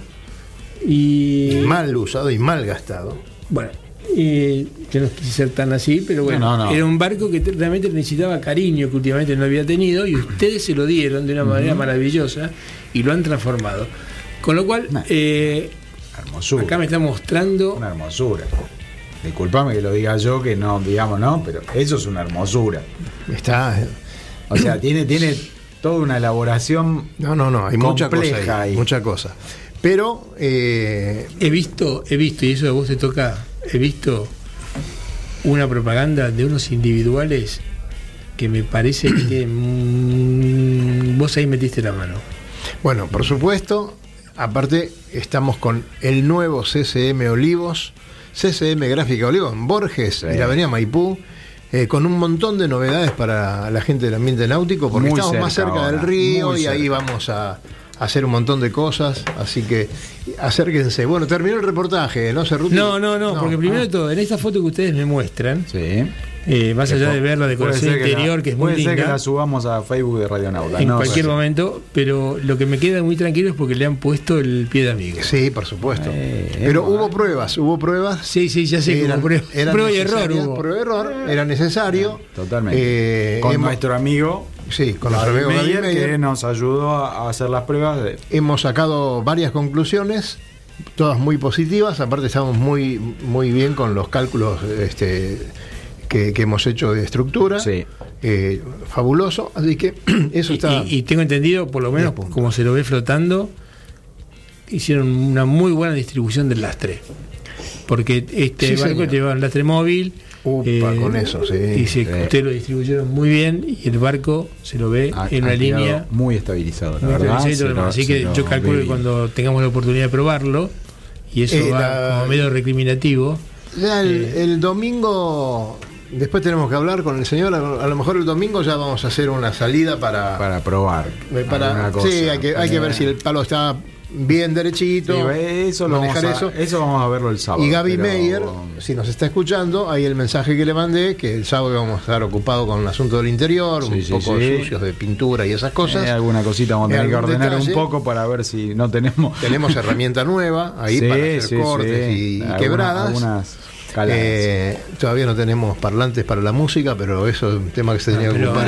y mal usado y mal gastado. Bueno, yo no quise ser tan así, pero bueno, No. era un barco que realmente necesitaba cariño que últimamente no había tenido y ustedes se lo dieron de una manera maravillosa y lo han transformado. Con lo cual, hermosura. Acá me está mostrando una hermosura. Disculpame que lo diga yo, que no, digamos, no, pero eso es una hermosura. O sea, tiene toda una elaboración. No, hay mucha cosa ahí. Mucha cosa. Pero he visto, y eso a vos te toca, he visto una propaganda de unos individuales que me parece que vos ahí metiste la mano. Bueno, por supuesto, aparte estamos con el nuevo CCM Olivos, CCM Gráfica Olivos en Borges y la avenida Maipú. Con un montón de novedades para la gente del ambiente náutico, porque muy estamos más cerca del río y ahí cerca. vamos a hacer un montón de cosas, así que acérquense. Bueno, terminó el reportaje, ¿no, Cerruti? No, porque primero de todo, en esta foto que ustedes me muestran, más allá de ver la decoración interior, que es muy linda. Puede ser que la subamos a Facebook de Radionauta. En cualquier momento, pero lo que me queda muy tranquilo es porque le han puesto el pie de amigo. Sí, por supuesto. Pero hubo pruebas. Sí, ya sé que hubo prueba y error. Prueba y error, era necesario. Totalmente. Con nuestro amigo. Sí, con nuestro amigo Gaby Meyer, que nos ayudó a hacer las pruebas. Hemos sacado varias conclusiones, todas muy positivas. Aparte estamos muy bien con los cálculos que hemos hecho de estructura. Sí. Fabuloso. Así que eso está. Y tengo entendido, por lo menos como se lo ve flotando, hicieron una muy buena distribución del lastre. Porque barco llevaba un lastre móvil. Con eso, sí. Y ustedes lo distribuyeron muy bien y el barco se lo ve en una línea muy estabilizado, la verdad. Así que yo calculo que cuando tengamos la oportunidad de probarlo, y eso va como medio recriminativo. Ya el domingo, después tenemos que hablar con el señor. A lo mejor el domingo ya vamos a hacer una salida para probar. Sí, hay que ver si el palo está bien derechito. Sí, eso vamos a verlo el sábado. Y Gaby Meyer, si nos está escuchando, hay el mensaje que le mandé, que el sábado vamos a estar ocupados con el asunto del interior, un poco sucios de pintura y esas cosas. Alguna cosita vamos a tener que ordenar un poco para ver si no tenemos. Tenemos herramienta nueva ahí para hacer cortes y quebradas. Algunas todavía no tenemos parlantes para la música, pero eso es un tema que se tenía que ocupar.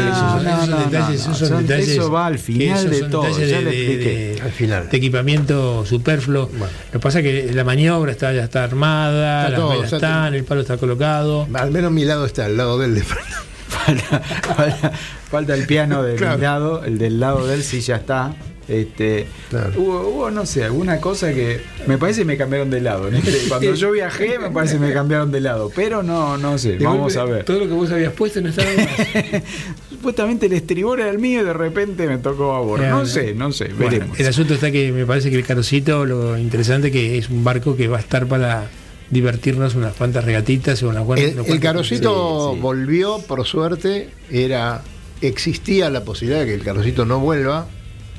Son detalles. Eso va al final de todo. Ya le expliqué. Al final. De equipamiento superfluo. Bueno. Lo que pasa es que la maniobra ya está armada, las velas están, el palo está colocado. Al menos mi lado está, al lado del de falta el piano de mi lado, el del lado de él sí ya está. Hubo, no sé, alguna cosa que me parece que me cambiaron de lado. Cuando yo viajé me parece que me cambiaron de lado, pero no sé, vamos a ver. Todo lo que vos habías puesto no estaba más. Supuestamente el estribor era el mío y de repente me tocó a bordo. No sé, veremos. El asunto está que me parece que el Carocito, lo interesante que es un barco que va a estar para divertirnos unas cuantas regatitas o unas cuantas. El Carocito volvió, por suerte, era existía la posibilidad de que el Carlosito no vuelva.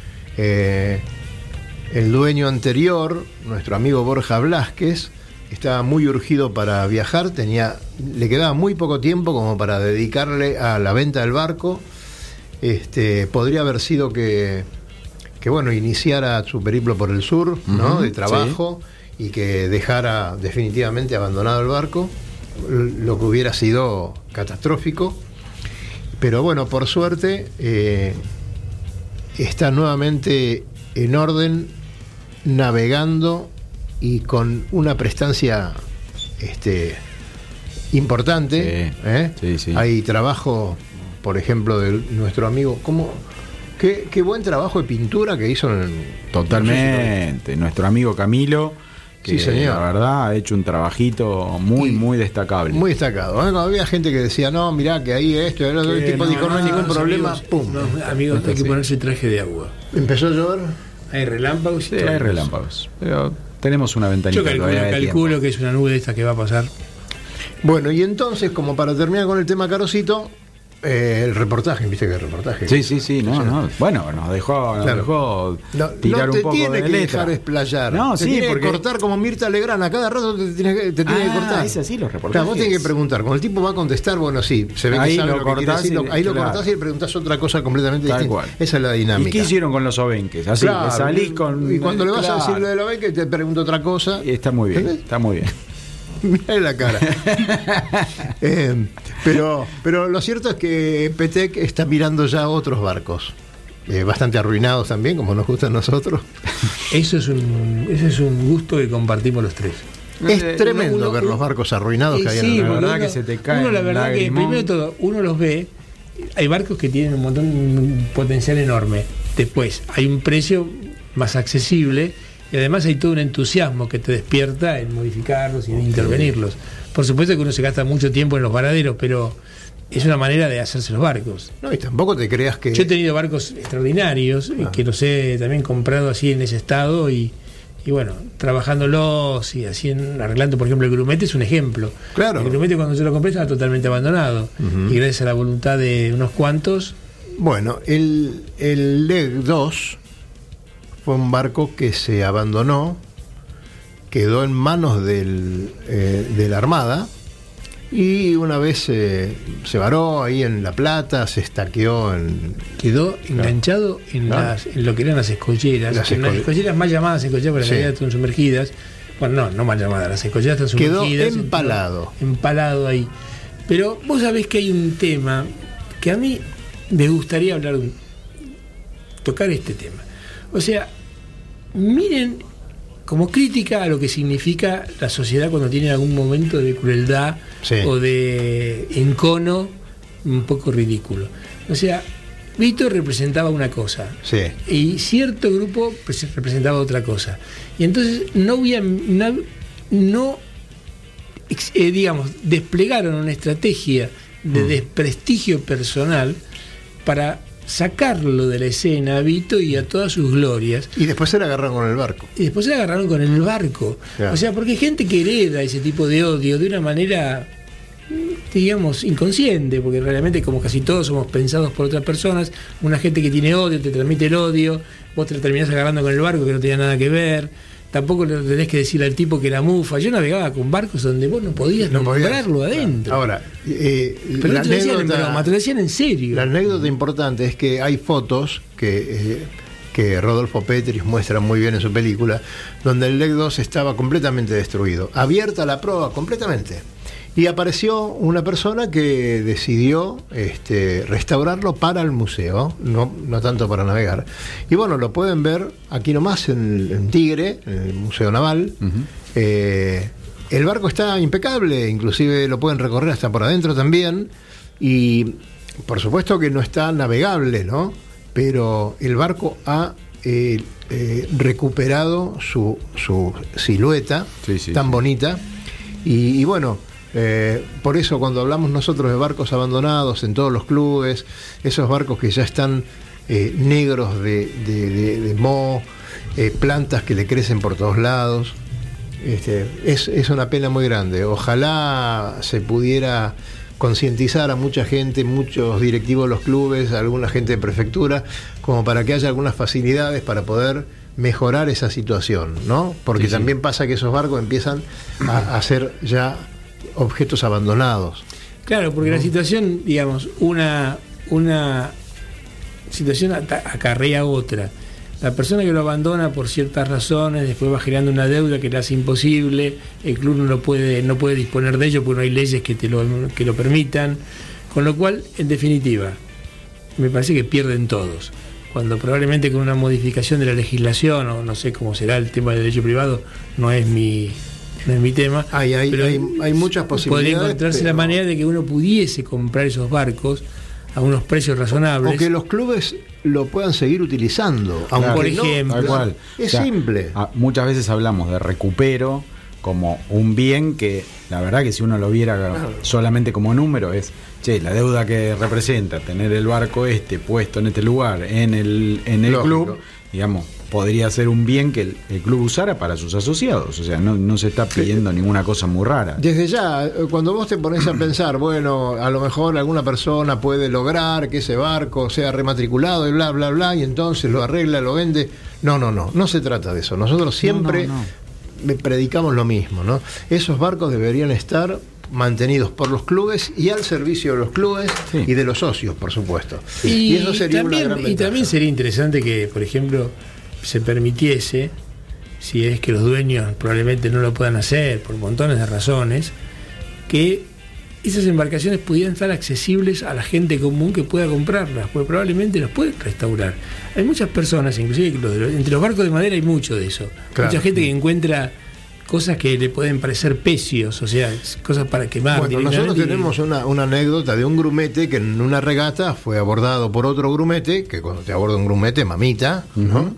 El dueño anterior, nuestro amigo Borja Blázquez, estaba muy urgido para viajar, le quedaba muy poco tiempo como para dedicarle a la venta del barco. Podría haber sido que bueno, iniciara su periplo por el sur, ¿no? De trabajo, sí, y que dejara definitivamente abandonado el barco, lo que hubiera sido catastrófico. Pero bueno, por suerte está nuevamente en orden, navegando y con una prestancia importante. Sí. Hay trabajo, por ejemplo, de nuestro amigo, qué buen trabajo de pintura que hizo totalmente, nuestro amigo Camilo, que sí, señor, la verdad ha hecho un trabajito muy destacable. Muy destacado. Cuando había gente que decía, no, mirá, que ahí el tipo dijo, no hay ningún problema, amigos, pum. Amigos, hay que ponerse traje de agua. ¿Empezó a llover? Hay relámpagos. Sí, hay relámpagos. Pero tenemos una ventanita. Yo calculo que es una nube esta que va a pasar. Bueno, y entonces, como para terminar con el tema Carosito, el reportaje, ¿viste que el reportaje? Sí, no. Bueno, nos dejó tirar un poco de letra. No te tiene que dejar explayar. No, te tiene que cortar como Mirta Legrand. A cada rato te tiene que cortar. Es así los reportajes. Claro, vos tenés que preguntar. Cuando el tipo va a contestar, bueno, sí, se ve que sabe lo que quiere decir. Ahí lo cortás y le preguntás otra cosa completamente distinta. Cual. Esa es la dinámica. ¿Y qué hicieron con los obenques? Así, claro, salís con... Y cuando le vas a decir lo de los obenques, te pregunto otra cosa. Y está muy bien, está muy bien. Mirá la cara. Pero lo cierto es que Petec está mirando ya otros barcos, bastante arruinados también, como nos gusta a nosotros. Ese es un gusto que compartimos los tres. Es tremendo ver los barcos arruinados que hay en la verdad, que se te cae. Uno, la verdad, que primero de todo, uno los ve. Hay barcos que tienen un potencial enorme. Después, hay un precio más accesible. Y además hay todo un entusiasmo que te despierta en modificarlos y en intervenirlos. Por supuesto que uno se gasta mucho tiempo en los varaderos, pero es una manera de hacerse los barcos. No, y tampoco te creas que... Yo he tenido barcos extraordinarios, que los he también comprado así en ese estado y bueno, trabajándolos y así arreglando. Por ejemplo, el grumete es un ejemplo. Claro. El grumete, cuando yo lo compré, estaba totalmente abandonado. Y gracias a la voluntad de unos cuantos... Bueno, el LEG 2... fue un barco que se abandonó, quedó en manos de la Armada y una vez se varó ahí en La Plata, se estaqueó quedó enganchado en lo que eran las escolleras, las escolleras más llamadas escolleras, porque en realidad están sumergidas. Bueno, no mal llamadas, las escolleras están sumergidas. Quedó empalado ahí. Pero vos sabés que hay un tema que a mí me gustaría tocar este tema. O sea, miren como crítica a lo que significa la sociedad cuando tiene algún momento de crueldad o de encono un poco ridículo. O sea, Vito representaba una cosa y cierto grupo representaba otra cosa. Y entonces desplegaron una estrategia de desprestigio personal para sacarlo de la escena a Vito y a todas sus glorias. Y después se le agarraron con el barco. Claro. O sea, porque hay gente que hereda ese tipo de odio de una manera, digamos, inconsciente, porque realmente, como casi todos somos pensados por otras personas, una gente que tiene odio te transmite el odio, vos te terminás agarrando con el barco que no tenía nada que ver. Tampoco le tenés que decir al tipo que era mufa. Yo navegaba con barcos donde vos no podías nombrarlo adentro. Ahora, pero no te lo decían en broma, te lo decían en serio. La anécdota importante es que hay fotos que Rodolfo Petris muestra muy bien en su película, donde el LEG 2 estaba completamente destruido, abierta la proa completamente. Y apareció una persona que decidió restaurarlo para el museo, no tanto para navegar. Y bueno, lo pueden ver aquí nomás en Tigre, en el Museo Naval. El barco está impecable, inclusive lo pueden recorrer hasta por adentro también. Y por supuesto que no está navegable, ¿no? Pero el barco ha recuperado su silueta tan bonita. Y bueno... por eso cuando hablamos nosotros de barcos abandonados en todos los clubes, esos barcos que ya están negros de moho, plantas que le crecen por todos lados, es una pena muy grande. Ojalá se pudiera concientizar a mucha gente, muchos directivos de los clubes, alguna gente de prefectura, como para que haya algunas facilidades para poder mejorar esa situación, ¿no? Porque también pasa que esos barcos empiezan a ser ya objetos abandonados. Claro, porque la situación, digamos, una situación acarrea otra. La persona que lo abandona por ciertas razones, después va generando una deuda que le hace imposible, el club no puede disponer de ello porque no hay leyes que lo permitan, con lo cual, en definitiva, me parece que pierden todos. Cuando probablemente con una modificación de la legislación, o no sé cómo será el tema del derecho privado, no es mi tema. Hay muchas posibilidades. Podría encontrarse la manera de que uno pudiese comprar esos barcos a unos precios razonables. O que los clubes lo puedan seguir utilizando. Aunque por ejemplo, es simple. Muchas veces hablamos de recupero como un bien que, la verdad que si uno lo viera solamente como número, es, la deuda que representa tener el barco puesto en este lugar, en el club, digamos, podría ser un bien que el club usara para sus asociados. O sea, no se está pidiendo ninguna cosa muy rara. Desde ya, cuando vos te pones a pensar, bueno, a lo mejor alguna persona puede lograr que ese barco sea rematriculado y bla, bla, bla, y entonces lo arregla, lo vende. No se trata de eso. Nosotros siempre predicamos lo mismo, ¿no? Esos barcos deberían estar mantenidos por los clubes y al servicio de los clubes y de los socios, por supuesto. Y eso sería una gran ventaja. Y también sería interesante que, por ejemplo, se permitiese, si es que los dueños probablemente no lo puedan hacer por montones de razones, que esas embarcaciones pudieran estar accesibles a la gente común que pueda comprarlas, porque probablemente los pueden restaurar. Hay muchas personas, inclusive entre los barcos de madera hay mucho de eso. Claro. Mucha gente que encuentra cosas que le pueden parecer pecios, o sea, cosas para quemar. Bueno, nosotros tenemos una anécdota de un grumete que en una regata fue abordado por otro grumete, que cuando te aborda un grumete, mamita, ¿no?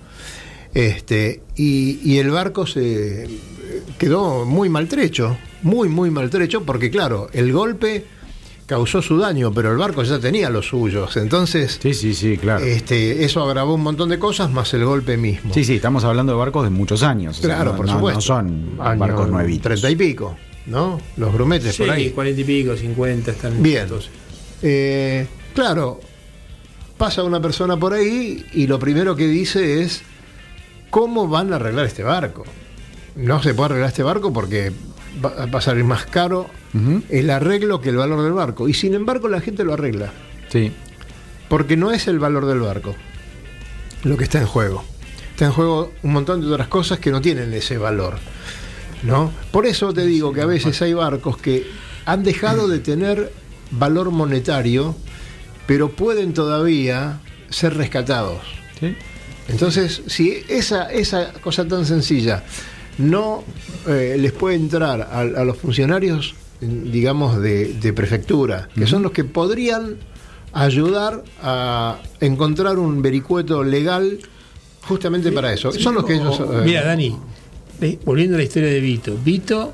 Y el barco se quedó muy maltrecho, muy maltrecho, porque claro, el golpe causó su daño, pero el barco ya tenía los suyos, entonces sí, claro. Eso agravó un montón de cosas, más el golpe mismo. Sí, estamos hablando de barcos de muchos años. Claro, por supuesto. No son barcos nuevitos. 30 y pico, ¿no? Los grumetes por ahí. 40 y pico, 50 están. Bien. Claro, pasa una persona por ahí y lo primero que dice es: ¿cómo van a arreglar este barco? No se puede arreglar este barco porque va a salir más caro el arreglo que el valor del barco. Y sin embargo la gente lo arregla. Sí. Porque no es el valor del barco lo que está en juego. Está en juego un montón de otras cosas que no tienen ese valor, ¿no? Por eso te digo que a veces hay barcos que han dejado de tener valor monetario, pero pueden todavía ser rescatados. Sí. Entonces, si esa cosa tan sencilla no les puede entrar a los funcionarios, digamos, de prefectura, que son los que podrían ayudar a encontrar un vericueto legal justamente para eso. Son los que ellos... Mira, Dani, volviendo a la historia de Vito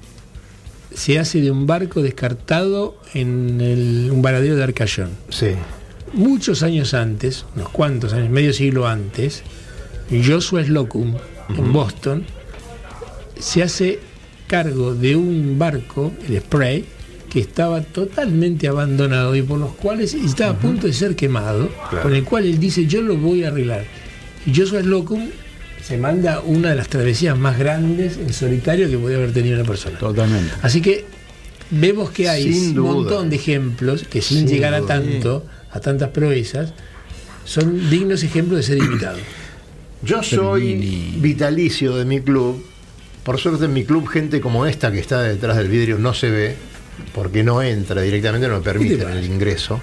se hace de un barco descartado en un varadero de Arcayón. Sí. Muchos años antes, unos cuantos años, medio siglo antes, Joshua Slocum, en Boston, se hace cargo de un barco, el Spray, que estaba totalmente abandonado y por los cuales estaba a punto de ser quemado, con el cual él dice: yo lo voy a arreglar. Y Joshua Slocum se manda una de las travesías más grandes en solitario que podía haber tenido una persona. Totalmente. Así que vemos que hay un montón de ejemplos que sin llegar a tanto, a tantas proezas, son dignos ejemplos de ser imitados. Yo soy vitalicio de mi club. Por suerte en mi club gente como esta que está detrás del vidrio no se ve, porque no entra directamente, no me permiten el ingreso.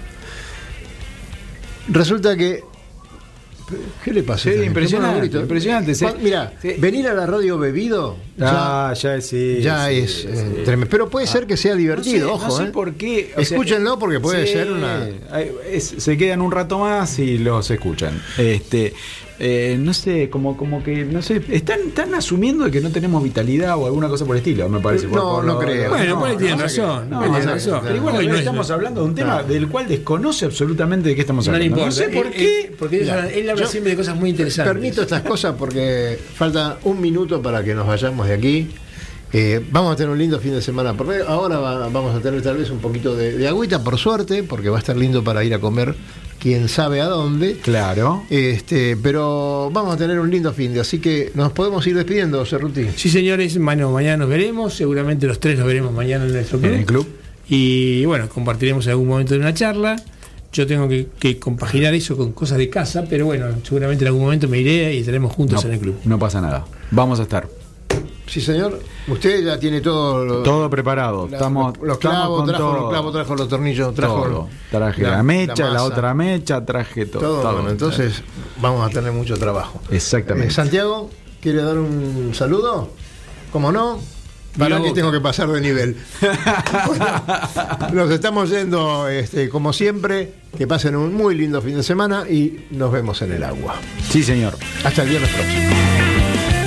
Resulta que... ¿Qué le pasa? Impresionante. Mira, venir a la radio bebido ya es tremendo. Pero puede ser que sea divertido, ojo. No sé por qué. Escúchenlo porque puede ser una... se quedan un rato más y los escuchan. No sé, como que, no sé, están asumiendo de que no tenemos vitalidad o alguna cosa por el estilo, me parece. No creo. Bueno, pues tienen razón. Pero igual estamos hablando de un tema del cual desconoce absolutamente de qué estamos hablando. No sé por qué. Porque él habla siempre de cosas muy interesantes. Permito estas cosas porque falta un minuto para que nos vayamos de aquí. Vamos a tener un lindo fin de semana. Porque ahora vamos a tener tal vez un poquito de agüita, por suerte, porque va a estar lindo para ir a comer quién sabe a dónde. Claro. Pero vamos a tener un lindo fin de, así que nos podemos ir despidiendo, Cerruti. Sí, señores, mañana nos veremos. Seguramente los tres nos veremos mañana en nuestro club. En el club. Y bueno, compartiremos en algún momento de una charla. Yo tengo que compaginar eso con cosas de casa, pero bueno, seguramente en algún momento me iré y estaremos juntos en el club. No pasa nada. Vamos a estar. Sí, señor. Usted ya tiene todo preparado. Los clavos, trajo los tornillos, traje la mecha, la otra mecha, traje todo. Bueno, entonces vamos a tener mucho trabajo. Exactamente. Santiago, ¿quiere dar un saludo? ¿Cómo no? Para que tengo que pasar de nivel. Bueno, nos estamos yendo, como siempre. Que pasen un muy lindo fin de semana y nos vemos en el agua. Sí, señor. Hasta el viernes próximo.